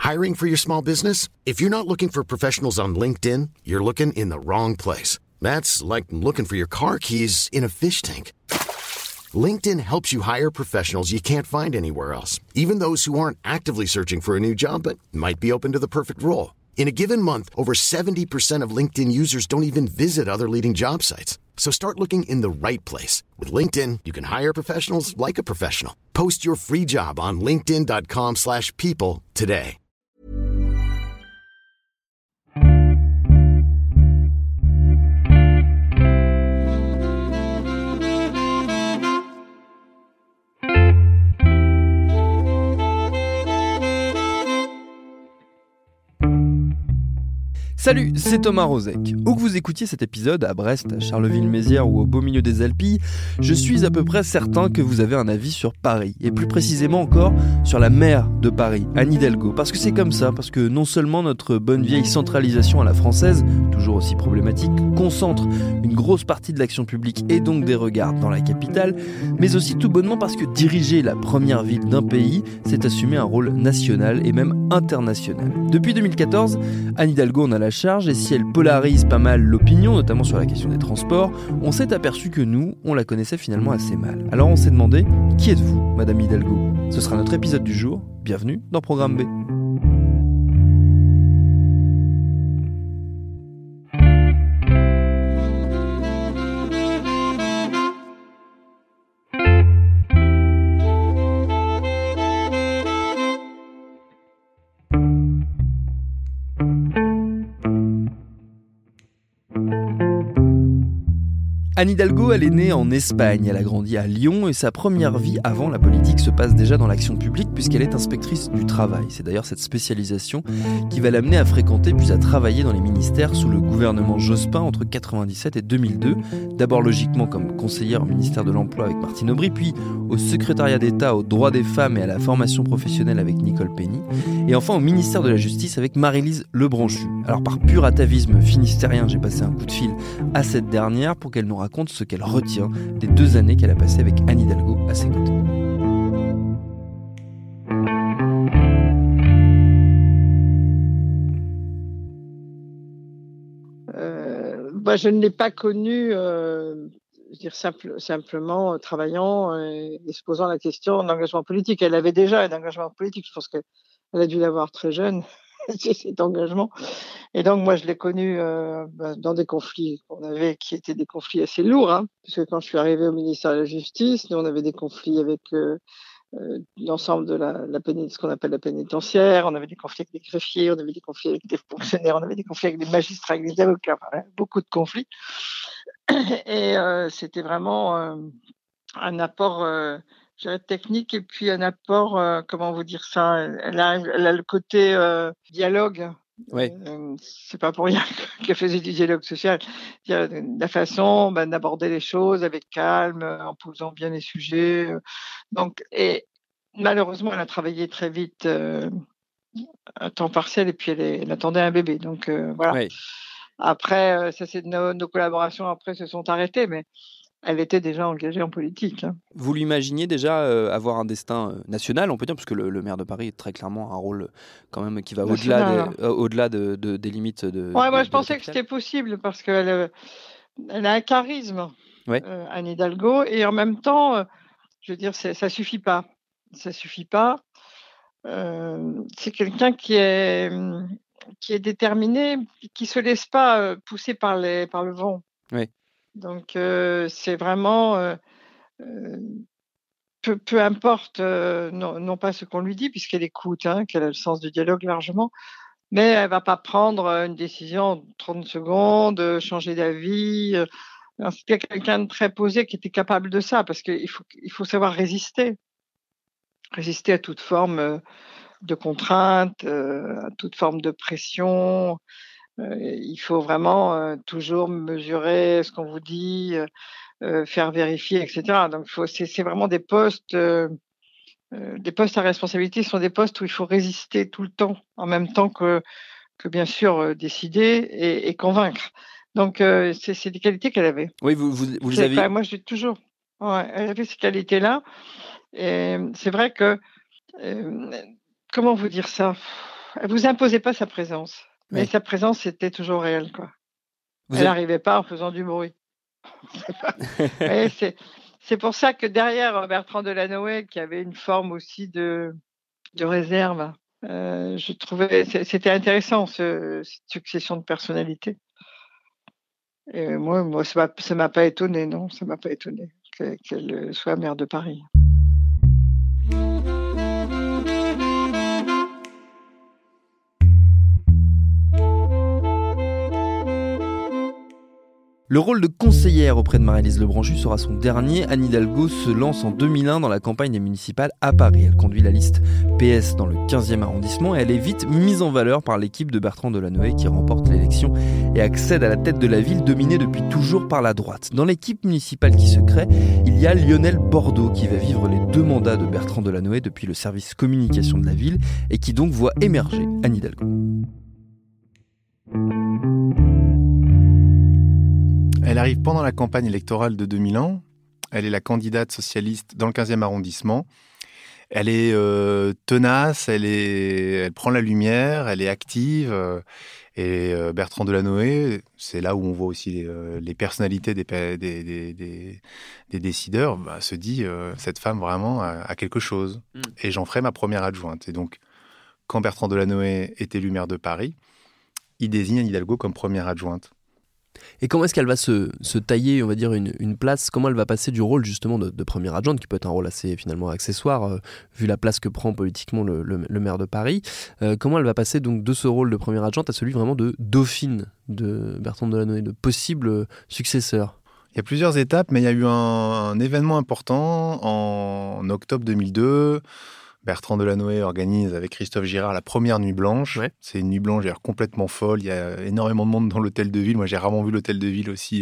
Hiring for your small business? If you're not looking for professionals on LinkedIn, you're looking in the wrong place. That's like looking for your car keys in a fish tank. LinkedIn helps you hire professionals you can't find anywhere else, even those who aren't actively searching for a new job but might be open to the perfect role. In a given month, over 70% of LinkedIn users don't even visit other leading job sites. So start looking in the right place. With LinkedIn, you can hire professionals like a professional. Post your free job on linkedin.com/people today. Salut, c'est Thomas Rozek. Où que vous écoutiez cet épisode, à Brest, à Charleville-Mézières ou au beau milieu des Alpilles, je suis à peu près certain que vous avez un avis sur Paris, et plus précisément encore sur la maire de Paris, Anne Hidalgo. Parce que c'est comme ça, parce que non seulement notre bonne vieille centralisation à la française, toujours aussi problématique, concentre une grosse partie de l'action publique et donc des regards dans la capitale, mais aussi tout bonnement parce que diriger la première ville d'un pays, c'est assumer un rôle national et même international. Depuis 2014, Anne Hidalgo en a la charge, et si elle polarise pas mal l'opinion, notamment sur la question des transports, on s'est aperçu que nous, on la connaissait finalement assez mal. Alors on s'est demandé, qui êtes-vous, Madame Hidalgo ? Ce sera notre épisode du jour, bienvenue dans Programme B. Anne Hidalgo, elle est née en Espagne, elle a grandi à Lyon et sa première vie avant la politique se passe déjà dans l'action publique puisqu'elle est inspectrice du travail. C'est d'ailleurs cette spécialisation qui va l'amener à fréquenter puis à travailler dans les ministères sous le gouvernement Jospin entre 1997 et 2002. D'abord logiquement comme conseillère au ministère de l'Emploi avec Martine Aubry, puis au secrétariat d'État aux droits des femmes et à la formation professionnelle avec Nicole Penny, et enfin au ministère de la Justice avec Marie-Lise Lebranchu. Alors par pur atavisme finistérien, j'ai passé un coup de fil à cette dernière pour qu'elle nous raconte ce qu'elle retient des 2 années qu'elle a passées avec Anne Hidalgo à ses côtés. Je ne l'ai pas connue simplement travaillant et se posant la question d'engagement politique. Elle avait déjà un engagement politique, je pense qu'elle a dû l'avoir très jeune, cet engagement. Et donc, moi, je l'ai connue dans des conflits qu'on avait, qui étaient des conflits assez lourds, parce que quand je suis arrivée au ministère de la Justice, nous, on avait des conflits avec l'ensemble de ce qu'on appelle la pénitentiaire, on avait des conflits avec des greffiers, on avait des conflits avec des fonctionnaires, on avait des conflits avec des magistrats, avec des avocats, beaucoup de conflits. Et c'était vraiment un apport technique et puis un apport, comment vous dire ça, elle a le côté dialogue. Ouais. C'est pas pour rien qu'elle faisait du dialogue social. La façon d'aborder les choses avec calme, en posant bien les sujets. Donc, et malheureusement, elle a travaillé très vite à temps partiel et puis elle attendait un bébé. Donc voilà. Ouais. Après, nos collaborations après se sont arrêtées, mais elle était déjà engagée en politique. Vous l'imaginiez déjà avoir un destin national, on peut dire, parce que le maire de Paris est très clairement un rôle quand même qui va au-delà des limites de. Ouais, moi je pensais que c'était possible parce qu'elle a un charisme, Anne Hidalgo, et en même temps, je veux dire, ça suffit pas. Ça suffit pas. C'est quelqu'un qui est déterminé, qui se laisse pas pousser par le vent. Oui. Donc c'est vraiment peu importe non pas ce qu'on lui dit puisqu'elle écoute, qu'elle a le sens du dialogue largement, mais elle va pas prendre une décision en 30 secondes, changer d'avis. C'était quelqu'un de très posé qui était capable de ça parce qu'il faut savoir résister à toute forme de contrainte, à toute forme de pression. Il faut vraiment toujours mesurer ce qu'on vous dit, faire vérifier, etc. Donc, c'est vraiment des postes à responsabilité. Ce sont des postes où il faut résister tout le temps, en même temps que bien sûr décider et convaincre. Donc, c'est des qualités qu'elle avait. Oui, vous les avez. Moi, j'ai toujours. Ouais, elle avait ces qualités-là. Et c'est vrai que comment vous dire ça ? Elle vous imposait pas sa présence. Mais Ouais. sa présence était toujours réelle, quoi. Vous Elle êtes- n'arrivait pas en faisant du bruit. Ouais, c'est pour ça que derrière Bertrand Delanoë, qui avait une forme aussi de réserve, je trouvais c'était intéressant cette succession de personnalités. Et moi ça m'a pas étonné, non, ça m'a pas étonné qu'elle soit maire de Paris. Le rôle de conseillère auprès de Marie-Lise Lebranchu sera son dernier. Anne Hidalgo se lance en 2001 dans la campagne des municipales à Paris. Elle conduit la liste PS dans le 15e arrondissement et elle est vite mise en valeur par l'équipe de Bertrand Delanoë qui remporte l'élection et accède à la tête de la ville dominée depuis toujours par la droite. Dans l'équipe municipale qui se crée, il y a Lionel Bordeaux qui va vivre les 2 mandats de Bertrand Delanoë depuis le service communication de la ville et qui donc voit émerger Anne Hidalgo. Elle arrive pendant la campagne électorale de 2001. Elle est la candidate socialiste dans le 15e arrondissement. Elle est tenace, elle prend la lumière, elle est active. Et Bertrand Delanoë, c'est là où on voit aussi les personnalités des décideurs, se dit cette femme vraiment a quelque chose. Et j'en ferai ma première adjointe. Et donc, quand Bertrand Delanoë est élu maire de Paris, il désigne Anne Hidalgo comme première adjointe. Et comment est-ce qu'elle va se tailler, on va dire, une place? Comment elle va passer du rôle justement de première adjointe, qui peut être un rôle assez finalement accessoire, vu la place que prend politiquement le maire de Paris. Comment elle va passer donc de ce rôle de première adjointe à celui vraiment de dauphine de Bertrand Delanoë, de possible successeur? Il y a plusieurs étapes, mais il y a eu un événement important en octobre 2002. Bertrand Delanoë organise avec Christophe Girard la première nuit blanche. Ouais. C'est une nuit blanche d'ailleurs complètement folle. Il y a énormément de monde dans l'hôtel de ville. Moi, j'ai rarement vu l'hôtel de ville aussi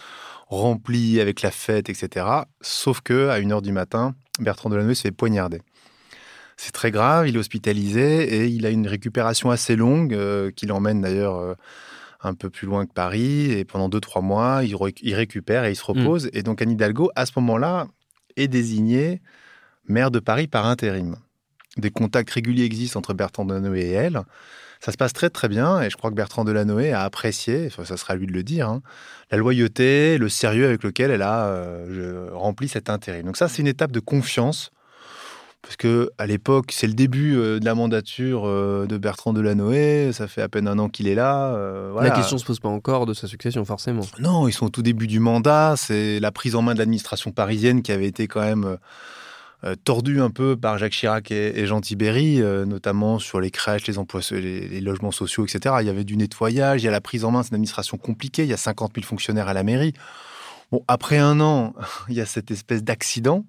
rempli avec la fête, etc. Sauf que à 1h du matin, Bertrand Delanoë se fait poignarder. C'est très grave, il est hospitalisé et il a une récupération assez longue qui l'emmène d'ailleurs un peu plus loin que Paris. Et pendant 2-3 mois, il récupère et il se repose. Et donc Anne Hidalgo, à ce moment-là, est désignée maire de Paris par intérim. Des contacts réguliers existent entre Bertrand Delanoë et elle. Ça se passe très très bien et je crois que Bertrand Delanoë a apprécié, ça sera à lui de le dire, la loyauté, le sérieux avec lequel elle a rempli cet intérim. Donc ça, c'est une étape de confiance parce qu'à l'époque, c'est le début de la mandature de Bertrand Delanoë. Ça fait à peine 1 an qu'il est là. Voilà. La question ne se pose pas encore de sa succession, forcément. Non, ils sont au tout début du mandat. C'est la prise en main de l'administration parisienne qui avait été quand même tordu un peu par Jacques Chirac et Jean Tibéry, notamment sur les crèches, les emplois, les logements sociaux, etc. Il y avait du nettoyage, il y a la prise en main, c'est une administration compliquée, il y a 50 000 fonctionnaires à la mairie. Bon, après 1 an, il y a cette espèce d'accident.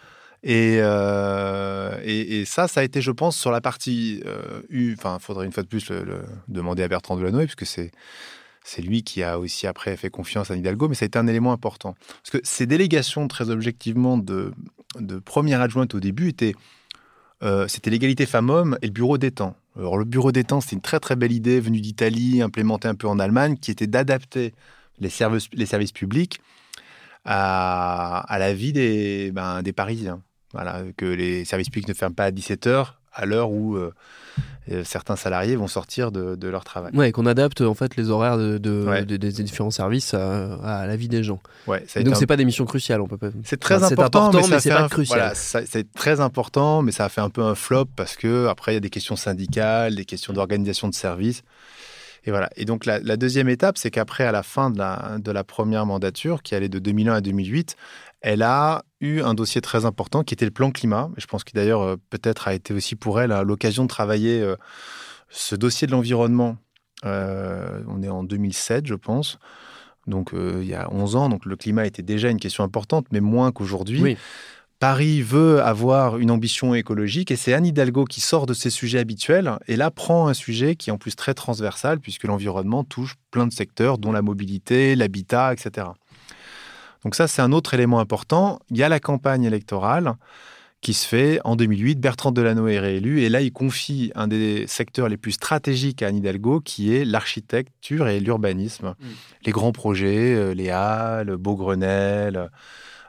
Et ça a été, je pense, sur la partie il faudrait une fois de plus le demander à Bertrand Delanoë, puisque c'est lui qui a aussi après fait confiance à Anne Hidalgo, mais ça a été un élément important. Parce que ces délégations, très objectivement, de première adjointe au début, c'était l'égalité femmes-hommes et le bureau des temps. Alors le bureau des temps, c'était une très très belle idée venue d'Italie, implémentée un peu en Allemagne, qui était d'adapter les services publics à la vie des Parisiens. Voilà, que les services publics ne ferment pas à 17h, à l'heure où certains salariés vont sortir de leur travail. Ouais, qu'on adapte en fait les horaires des différents services à la vie des gens. Ouais, et donc c'est pas des missions cruciales, on peut pas. C'est très important, mais c'est pas crucial. Voilà, c'est très important, mais ça a fait un peu un flop parce que après il y a des questions syndicales, des questions d'organisation de services. Et voilà. Et donc la deuxième étape, c'est qu'après, à la fin de la première mandature, qui allait de 2001 à 2008, elle a eu un dossier très important qui était le plan climat. Et je pense que d'ailleurs, peut-être a été aussi pour elle l'occasion de travailler ce dossier de l'environnement. On est en 2007, je pense. Donc il y a 11 ans. Donc le climat était déjà une question importante, mais moins qu'aujourd'hui. Oui. Paris veut avoir une ambition écologique et c'est Anne Hidalgo qui sort de ses sujets habituels et là prend un sujet qui est en plus très transversal puisque l'environnement touche plein de secteurs dont la mobilité, l'habitat, etc. Donc ça, c'est un autre élément important. Il y a la campagne électorale qui se fait en 2008. Bertrand Delanoë est réélu et là, il confie un des secteurs les plus stratégiques à Anne Hidalgo qui est l'architecture et l'urbanisme. Les grands projets, les Halles, Beaugrenelle,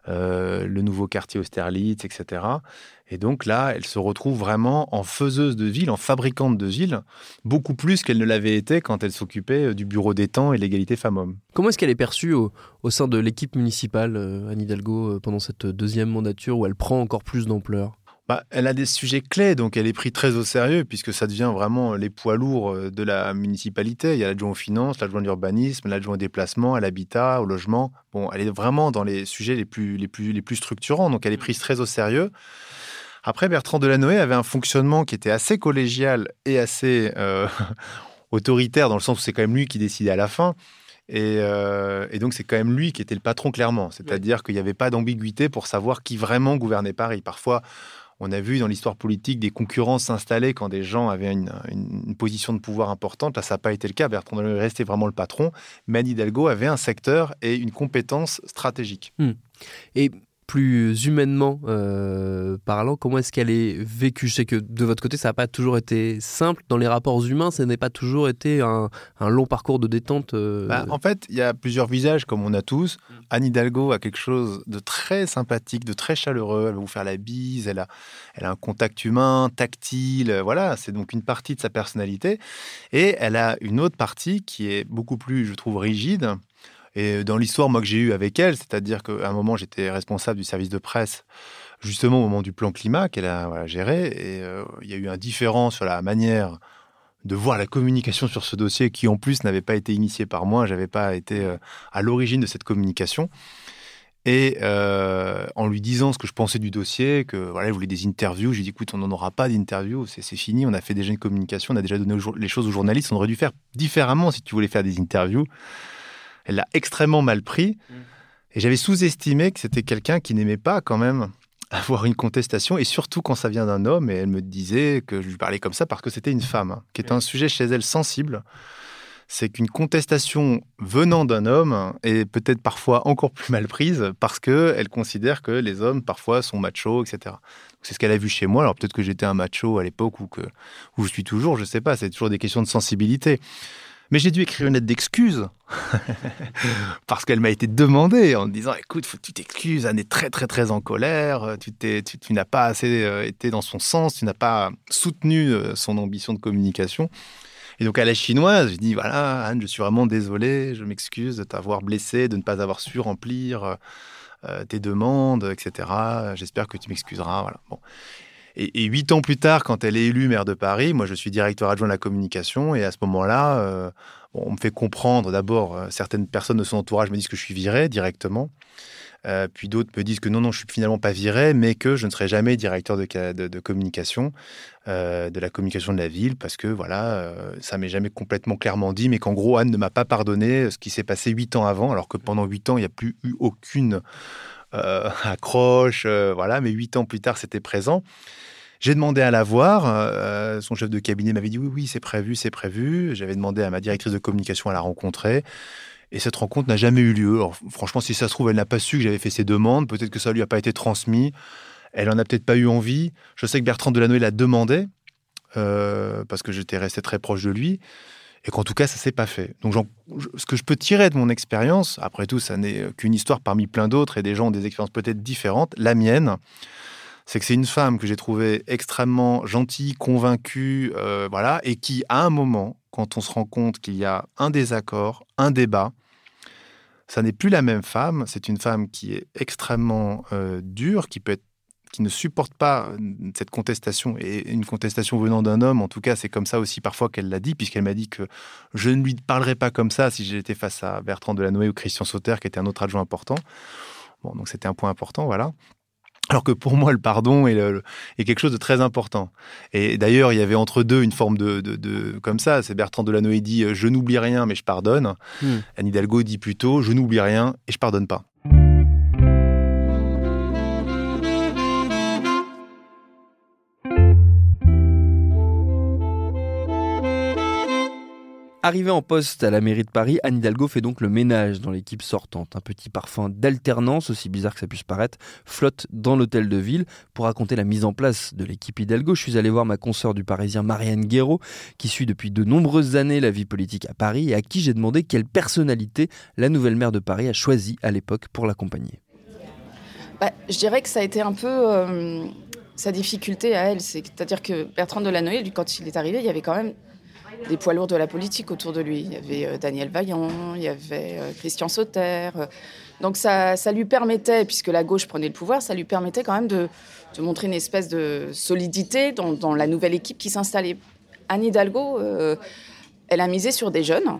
le nouveau quartier Austerlitz, etc. Et donc là, elle se retrouve vraiment en faiseuse de ville, en fabricante de ville, beaucoup plus qu'elle ne l'avait été quand elle s'occupait du bureau des temps et de l'égalité femmes-hommes. Comment est-ce qu'elle est perçue au sein de l'équipe municipale, Anne Hidalgo, pendant cette deuxième mandature où elle prend encore plus d'ampleur ? Elle a des sujets clés, donc elle est prise très au sérieux, puisque ça devient vraiment les poids lourds de la municipalité. Il y a l'adjoint aux finances, l'adjoint à l'urbanisme, l'adjoint au déplacement, à l'habitat, au logement. Bon, elle est vraiment dans les sujets les plus structurants, donc elle est prise très au sérieux. Après, Bertrand Delanoë avait un fonctionnement qui était assez collégial et assez autoritaire, dans le sens où c'est quand même lui qui décidait à la fin. Et donc, c'est quand même lui qui était le patron, clairement. C'est-à-dire qu'il n'y avait pas d'ambiguïté pour savoir qui vraiment gouvernait Paris. Parfois, on a vu dans l'histoire politique des concurrences s'installer quand des gens avaient une position de pouvoir importante. Là, ça n'a pas été le cas. Bertrand Delanoë restait vraiment le patron. Mais Anne Hidalgo avait un secteur et une compétence stratégique. Et plus humainement parlant, comment est-ce qu'elle est vécue ? Je sais que de votre côté, ça n'a pas toujours été simple. Dans les rapports humains, ça n'a pas toujours été un long parcours de détente. En fait, il y a plusieurs visages, comme on a tous. Anne Hidalgo a quelque chose de très sympathique, de très chaleureux. Elle va vous faire la bise, elle a un contact humain, tactile. Voilà, c'est donc une partie de sa personnalité. Et elle a une autre partie qui est beaucoup plus, je trouve, rigide. Et dans l'histoire, moi, que j'ai eue avec elle, c'est-à-dire qu'à un moment, j'étais responsable du service de presse, justement au moment du plan climat qu'elle a géré. Et il y a eu un différent sur la manière de voir la communication sur ce dossier qui, en plus, n'avait pas été initié par moi. Je n'avais pas été à l'origine de cette communication. Et en lui disant ce que je pensais du dossier, que voilà, elle voulait des interviews, j'ai dit, écoute, on n'en aura pas d'interviews, c'est fini, on a fait déjà une communication, on a déjà donné les choses aux journalistes, on aurait dû faire différemment si tu voulais faire des interviews. Elle l'a extrêmement mal pris. Et j'avais sous-estimé que c'était quelqu'un qui n'aimait pas quand même avoir une contestation, et surtout quand ça vient d'un homme. Et elle me disait que je lui parlais comme ça parce que c'était une femme, qui est un sujet chez elle sensible. C'est qu'une contestation venant d'un homme est peut-être parfois encore plus mal prise parce qu'elle considère que les hommes parfois sont machos, etc. Donc, c'est ce qu'elle a vu chez moi. Alors peut-être que j'étais un macho à l'époque ou je suis toujours, je ne sais pas. C'est toujours des questions de sensibilité. Mais j'ai dû écrire une lettre d'excuse parce qu'elle m'a été demandée en me disant, écoute, faut que tu t'excuses, Anne est très, très, très en colère, tu n'as pas assez été dans son sens, tu n'as pas soutenu son ambition de communication. Et donc à la chinoise, je dis, voilà, Anne, je suis vraiment désolé, je m'excuse de t'avoir blessé, de ne pas avoir su remplir tes demandes, etc. J'espère que tu m'excuseras. Voilà. Bon. Et 8 ans plus tard, quand elle est élue maire de Paris, moi je suis directeur adjoint de la communication, et à ce moment-là, on me fait comprendre, d'abord, certaines personnes de son entourage me disent que je suis viré directement, puis d'autres me disent que non, je suis finalement pas viré, mais que je ne serai jamais directeur de communication, de la communication de la ville, parce que voilà, ça m'est jamais complètement clairement dit, mais qu'en gros, Anne ne m'a pas pardonné ce qui s'est passé 8 ans avant, alors que pendant 8 ans, il n'y a plus eu aucune accroche, voilà, mais 8 ans plus tard, c'était présent. J'ai demandé à la voir, son chef de cabinet m'avait dit oui, c'est prévu. J'avais demandé à ma directrice de communication à la rencontrer, et cette rencontre n'a jamais eu lieu. Alors, franchement, si ça se trouve, elle n'a pas su que j'avais fait ces demandes, peut-être que ça lui a pas été transmis, elle en a peut-être pas eu envie. Je sais que Bertrand Delanoë l'a demandé, parce que j'étais resté très proche de lui, et qu'en tout cas, ça s'est pas fait. Donc, ce que je peux tirer de mon expérience, après tout, ça n'est qu'une histoire parmi plein d'autres, et des gens ont des expériences peut-être différentes. La mienne, c'est que c'est une femme que j'ai trouvée extrêmement gentille, convaincue, voilà, et qui, à un moment, quand on se rend compte qu'il y a un désaccord, un débat, ça n'est plus la même femme. C'est une femme qui est extrêmement dure, qui ne supporte pas cette contestation, et une contestation venant d'un homme, en tout cas, c'est comme ça aussi parfois qu'elle l'a dit, puisqu'elle m'a dit que je ne lui parlerais pas comme ça si j'étais face à Bertrand Delanoë ou Christian Sauter, qui était un autre adjoint important. Bon, donc c'était un point important, voilà. Alors que pour moi, le pardon est quelque chose de très important. Et d'ailleurs, il y avait entre deux une forme de comme ça. C'est Bertrand Delanoë dit « Je n'oublie rien, mais je pardonne ». Anne Hidalgo dit plutôt « Je n'oublie rien et je pardonne pas ». Arrivée en poste à la mairie de Paris, Anne Hidalgo fait donc le ménage dans l'équipe sortante. Un petit parfum d'alternance, aussi bizarre que ça puisse paraître, flotte dans l'hôtel de ville. Pour raconter la mise en place de l'équipe Hidalgo, je suis allé voir ma consoeur du Parisien Marianne Guéraud, qui suit depuis de nombreuses années la vie politique à Paris, et à qui j'ai demandé quelle personnalité la nouvelle maire de Paris a choisi à l'époque pour l'accompagner. Je dirais que ça a été un peu sa difficulté à elle. C'est-à-dire que Bertrand Delanoë, lui, quand il est arrivé, il y avait quand même des poids lourds de la politique autour de lui. Il y avait Daniel Vaillant, il y avait Christian Sauter. Donc ça lui permettait, puisque la gauche prenait le pouvoir, ça lui permettait quand même de montrer une espèce de solidité dans la nouvelle équipe qui s'installait. Anne Hidalgo, elle a misé sur des jeunes.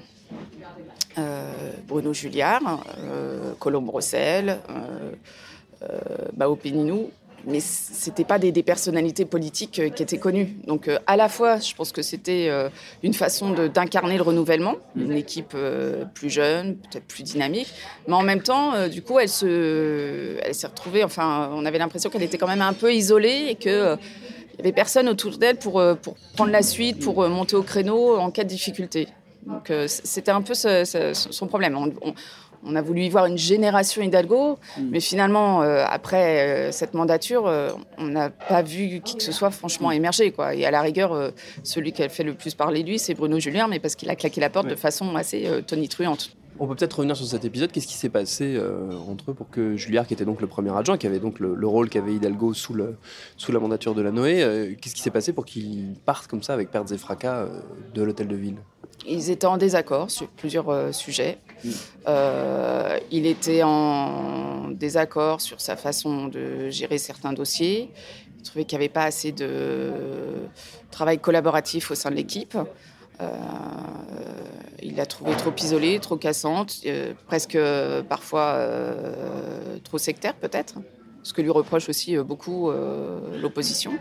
Bruno Julliard, Colombe Rossel, Bao Péninou, mais c'était pas des personnalités politiques qui étaient connues. Donc à la fois, je pense que c'était une façon d'incarner le renouvellement, une équipe plus jeune, peut-être plus dynamique, mais en même temps, du coup, elle s'est retrouvée. Enfin, on avait l'impression qu'elle était quand même un peu isolée et que il y avait personne autour d'elle pour prendre la suite, pour monter au créneau en cas de difficulté. Donc c'était un peu son problème. On a voulu y voir une génération Hidalgo, mais finalement, après cette mandature, on n'a pas vu qui que ce soit franchement émerger, quoi. Et à la rigueur, celui qui a fait le plus parler de lui, c'est Bruno Julliard, mais parce qu'il a claqué la porte de façon assez tonitruante. On peut peut-être revenir sur cet épisode. Qu'est-ce qui s'est passé entre eux pour que Julliard, qui était donc le premier adjoint, qui avait donc le rôle qu'avait Hidalgo sous la mandature de Delanoë, qu'est-ce qui s'est passé pour qu'il parte comme ça avec pertes et fracas de l'hôtel de ville ? Ils étaient en désaccord sur plusieurs sujets. Il était en désaccord sur sa façon de gérer certains dossiers. Il trouvait qu'il n'y avait pas assez de travail collaboratif au sein de l'équipe. Il l'a trouvée trop isolée, trop cassante, presque parfois trop sectaire peut-être, ce que lui reproche aussi beaucoup l'opposition.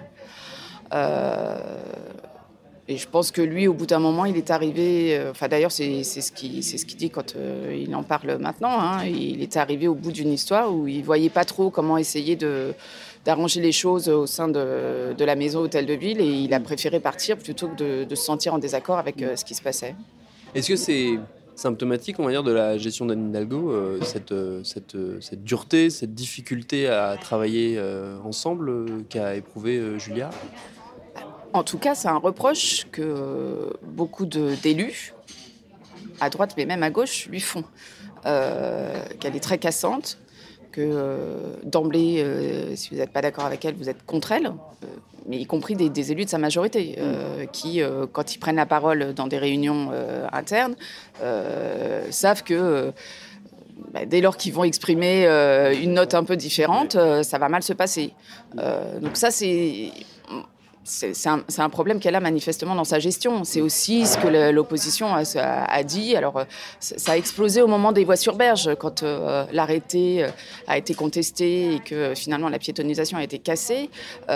Et je pense que lui, au bout d'un moment, il est arrivé... d'ailleurs, c'est ce qu'il dit quand il en parle maintenant. Hein, il est arrivé au bout d'une histoire où il ne voyait pas trop comment essayer d'arranger les choses au sein de la maison hôtel de ville. Et il a préféré partir plutôt que de se sentir en désaccord avec ce qui se passait. Est-ce que c'est symptomatique, on va dire, de la gestion d'Anne Hidalgo, cette dureté, cette difficulté à travailler ensemble qu'a éprouvé Julliard ? En tout cas, c'est un reproche que beaucoup d'élus, à droite mais même à gauche, lui font. Qu'elle est très cassante, que d'emblée, si vous n'êtes pas d'accord avec elle, vous êtes contre elle, mais y compris des élus de sa majorité, qui, quand ils prennent la parole dans des réunions internes, savent que dès lors qu'ils vont exprimer une note un peu différente, ça va mal se passer. Donc ça, c'est un problème qu'elle a manifestement dans sa gestion. C'est aussi ce que l'opposition a dit. Alors, ça a explosé au moment des voies sur berge, quand l'arrêté a été contesté et que finalement la piétonnisation a été cassée.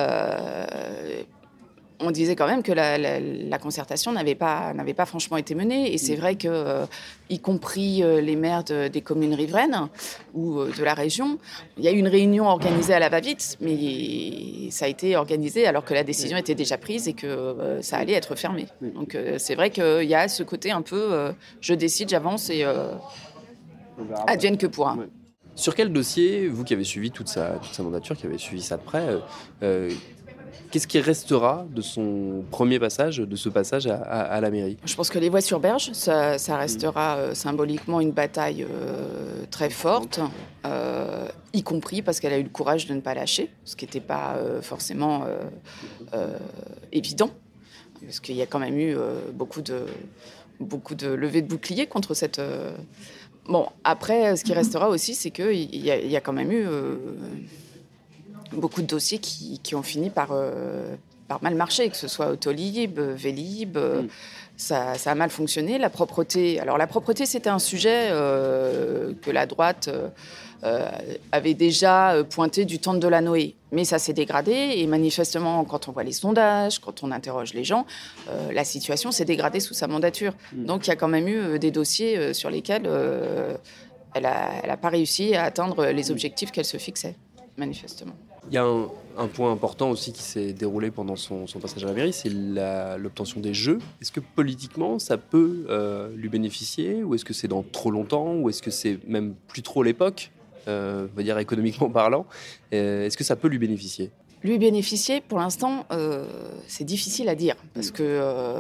On disait quand même que la concertation n'avait pas franchement été menée. Et c'est vrai que, y compris les maires des communes riveraines ou de la région, il y a eu une réunion organisée à la va-vite, mais ça a été organisé alors que la décision était déjà prise et que ça allait être fermé. Donc c'est vrai qu'il y a ce côté un peu je décide, j'avance et advienne que pourra. Sur quel dossier, vous qui avez suivi toute sa mandature, qui avez suivi ça de près, qu'est-ce qui restera de son premier passage, de ce passage à la mairie ? Je pense que les voies sur berge, ça restera symboliquement une bataille très forte, y compris parce qu'elle a eu le courage de ne pas lâcher, ce qui n'était pas forcément évident, parce qu'il y a quand même eu beaucoup de levées de boucliers contre cette... Bon, après, ce qui restera aussi, c'est qu'il y a quand même eu... beaucoup de dossiers qui ont fini par mal marcher, que ce soit Autolib, Vélib, ça a mal fonctionné. La propreté, c'était un sujet que la droite avait déjà pointé du temps de Delanoë, mais ça s'est dégradé et manifestement, quand on voit les sondages, quand on interroge les gens, la situation s'est dégradée sous sa mandature. Donc il y a quand même eu des dossiers sur lesquels elle n'a pas réussi à atteindre les objectifs qu'elle se fixait, manifestement. Il y a un point important aussi qui s'est déroulé pendant son passage à la mairie, c'est l'obtention des jeux. Est-ce que politiquement, ça peut lui bénéficier, ou est-ce que c'est dans trop longtemps, ou est-ce que c'est même plus trop l'époque, on va dire économiquement parlant, est-ce que ça peut lui bénéficier ? Lui bénéficier, pour l'instant, c'est difficile à dire, parce que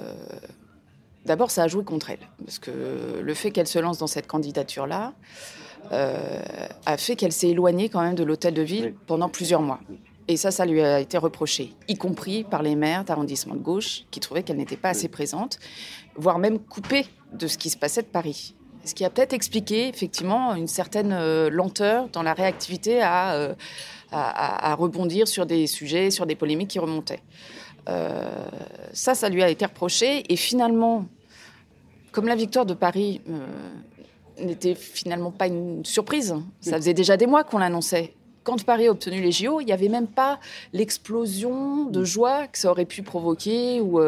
d'abord, ça a joué contre elle. Parce que le fait qu'elle se lance dans cette candidature-là, a fait qu'elle s'est éloignée quand même de l'hôtel de ville pendant plusieurs mois. Et ça lui a été reproché, y compris par les maires d'arrondissement de gauche qui trouvaient qu'elle n'était pas assez présente, voire même coupée de ce qui se passait de Paris. Ce qui a peut-être expliqué effectivement une certaine lenteur dans la réactivité à rebondir sur des sujets, sur des polémiques qui remontaient. Ça lui a été reproché. Et finalement, comme la victoire de Paris n'était finalement pas une surprise, ça faisait déjà des mois qu'on l'annonçait. Quand Paris a obtenu les JO, il n'y avait même pas l'explosion de joie que ça aurait pu provoquer ou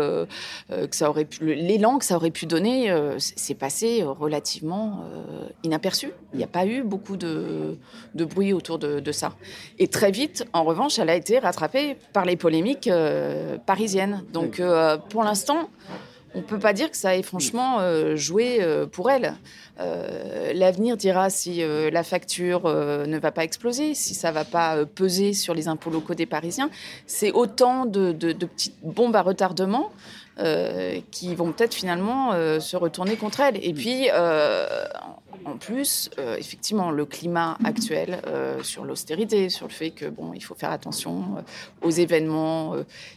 l'élan que ça aurait pu donner. C'est passé relativement inaperçu. Il n'y a pas eu beaucoup de bruit autour de ça. Et très vite, en revanche, elle a été rattrapée par les polémiques parisiennes. Donc, pour l'instant, on ne peut pas dire que ça ait franchement joué pour elle. L'avenir dira si la facture ne va pas exploser, si ça ne va pas peser sur les impôts locaux des Parisiens. C'est autant de petites bombes à retardement qui vont peut-être finalement se retourner contre elle. Et puis, en plus, effectivement, le climat actuel sur l'austérité, sur le fait que il faut faire attention aux événements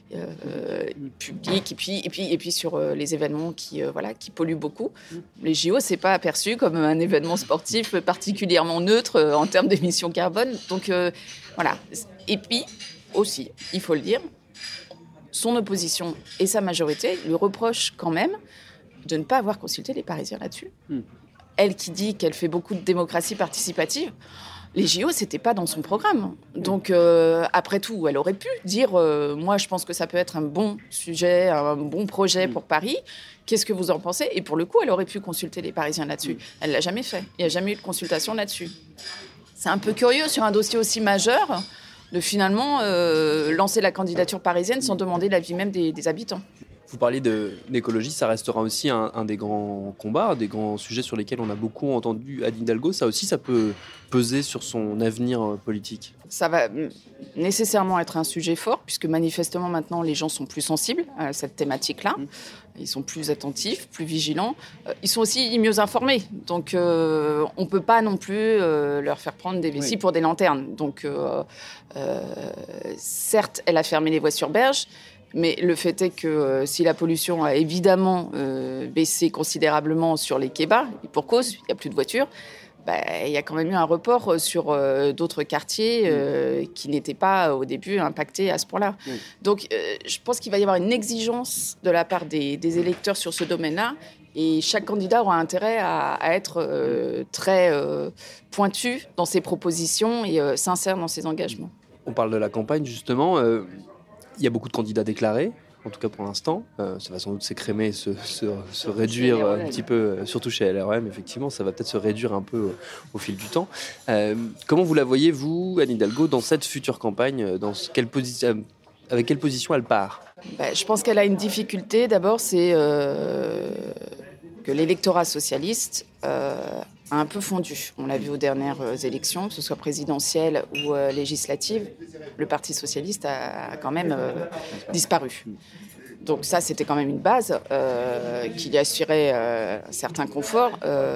publics et puis sur les événements qui polluent beaucoup. Les JO, c'est pas aperçu comme un événement sportif particulièrement neutre en termes d'émissions carbone. Donc voilà. Et puis aussi, il faut le dire, son opposition et sa majorité lui reprochent quand même de ne pas avoir consulté les Parisiens là-dessus. Elle qui dit qu'elle fait beaucoup de démocratie participative, les JO, c'était pas dans son programme. Donc, après tout, elle aurait pu dire moi, je pense que ça peut être un bon sujet, un bon projet pour Paris. Qu'est-ce que vous en pensez ? Et pour le coup, elle aurait pu consulter les Parisiens là-dessus. Elle l'a jamais fait. Il n'y a jamais eu de consultation là-dessus. C'est un peu curieux sur un dossier aussi majeur de finalement lancer la candidature parisienne sans demander l'avis même des habitants. Vous parlez d'écologie, ça restera aussi un des grands combats, des grands sujets sur lesquels on a beaucoup entendu Anne Hidalgo. Ça aussi, ça peut peser sur son avenir politique. Ça va nécessairement être un sujet fort, puisque manifestement maintenant les gens sont plus sensibles à cette thématique-là. Ils sont plus attentifs, plus vigilants. Ils sont aussi mieux informés. Donc on ne peut pas non plus leur faire prendre des vessies pour des lanternes. Donc certes, elle a fermé les voies sur berge. Mais le fait est que si la pollution a évidemment baissé considérablement sur les quais-bas, et pour cause, il n'y a plus de voitures, il y a quand même eu un report sur d'autres quartiers qui n'étaient pas au début impactés à ce point-là. Donc je pense qu'il va y avoir une exigence de la part des électeurs sur ce domaine-là. Et chaque candidat aura intérêt à être très pointu dans ses propositions et sincère dans ses engagements. On parle de la campagne, justement. Il y a beaucoup de candidats déclarés, en tout cas pour l'instant. Ça va sans doute s'écrémer, se réduire un petit peu, surtout chez LREM, effectivement. Ça va peut-être se réduire un peu au fil du temps. Comment vous la voyez, vous, Anne Hidalgo, dans cette future campagne avec quelle position elle part ? Je pense qu'elle a une difficulté. D'abord, c'est que l'électorat socialiste a un peu fondu. On l'a vu aux dernières élections, que ce soit présidentielles ou législatives. Le Parti socialiste a quand même disparu. Donc ça, c'était quand même une base qui lui assurait un certain confort.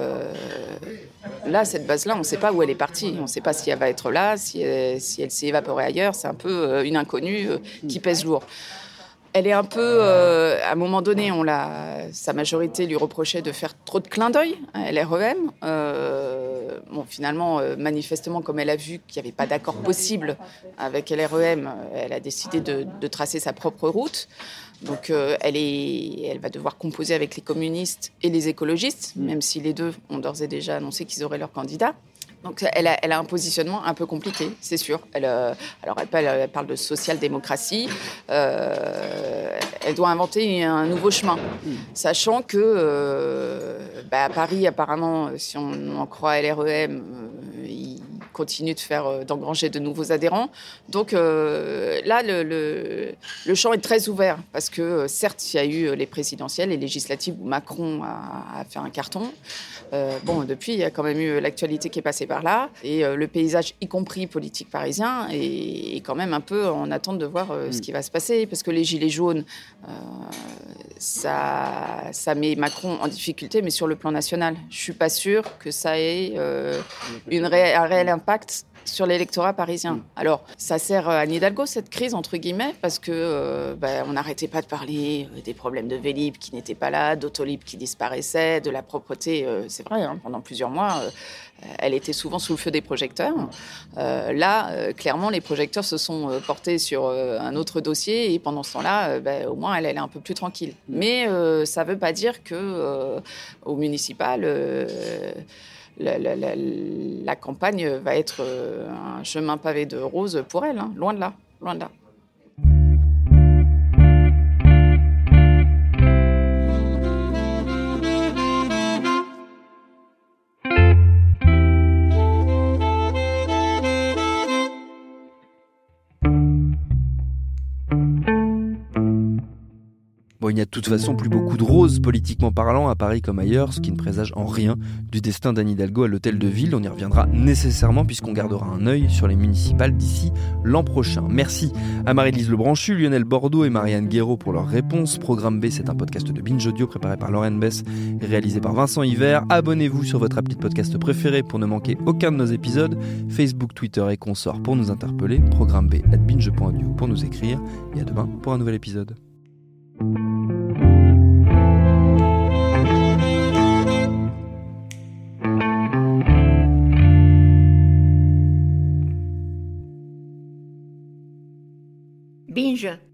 Là, cette base-là, on ne sait pas où elle est partie. On ne sait pas si elle va être là, si elle s'est évaporée ailleurs. C'est un peu une inconnue qui pèse lourd. Elle est un peu, à un moment donné, sa majorité lui reprochait de faire trop de clins d'œil à LREM. Finalement, manifestement, comme elle a vu qu'il n'y avait pas d'accord possible avec LREM, elle a décidé de tracer sa propre route. Donc, elle va devoir composer avec les communistes et les écologistes, même si les deux ont d'ores et déjà annoncé qu'ils auraient leur candidat. Donc, elle a un positionnement un peu compliqué, c'est sûr. Elle parle de social-démocratie. Elle doit inventer un nouveau chemin, sachant que à Paris, apparemment, si on en croit LREM, ils continue d'engranger de nouveaux adhérents. Donc là, le champ est très ouvert parce que certes, il y a eu les présidentielles et législatives où Macron a fait un carton. Depuis, il y a quand même eu l'actualité qui est passée par là et le paysage, y compris politique parisien, est quand même un peu en attente de voir ce qui va se passer parce que les gilets jaunes, ça met Macron en difficulté, mais sur le plan national. Je ne suis pas sûre que ça ait un réel impact sur l'électorat parisien. Alors, ça sert à Anne Hidalgo, cette crise, entre guillemets, parce que on n'arrêtait pas de parler des problèmes de Vélib qui n'étaient pas là, d'Autolib qui disparaissait, de la propreté. C'est vrai, pendant plusieurs mois, elle était souvent sous le feu des projecteurs. Clairement, les projecteurs se sont portés sur un autre dossier et pendant ce temps-là, au moins, elle est un peu plus tranquille. Mais ça ne veut pas dire qu'au municipal... La campagne va être un chemin pavé de roses pour elle, hein. Loin de là, loin de là. Bon, il n'y a de toute façon plus beaucoup de roses, politiquement parlant, à Paris comme ailleurs, ce qui ne présage en rien du destin d'Anne Hidalgo à l'hôtel de ville. On y reviendra nécessairement puisqu'on gardera un œil sur les municipales d'ici l'an prochain. Merci à Marie-Lise Lebranchu, Lionel Bordeaux et Marianne Guéraud pour leurs réponses. Programme B, c'est un podcast de Binge Audio préparé par Lauren Bess et réalisé par Vincent Hiver. Abonnez-vous sur votre appli de podcast préféré pour ne manquer aucun de nos épisodes. Facebook, Twitter et consorts pour nous interpeller. Programme B@binge.audio pour nous écrire. Et à demain pour un nouvel épisode. Binge.